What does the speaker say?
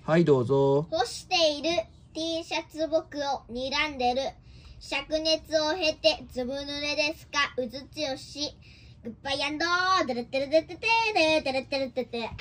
はいどうぞ。 干している T シャツ僕を睨んでる。灼熱を経てずぶ濡れですかうずつよし。グッバイアンドーデレテレテテテデテレテレテテ。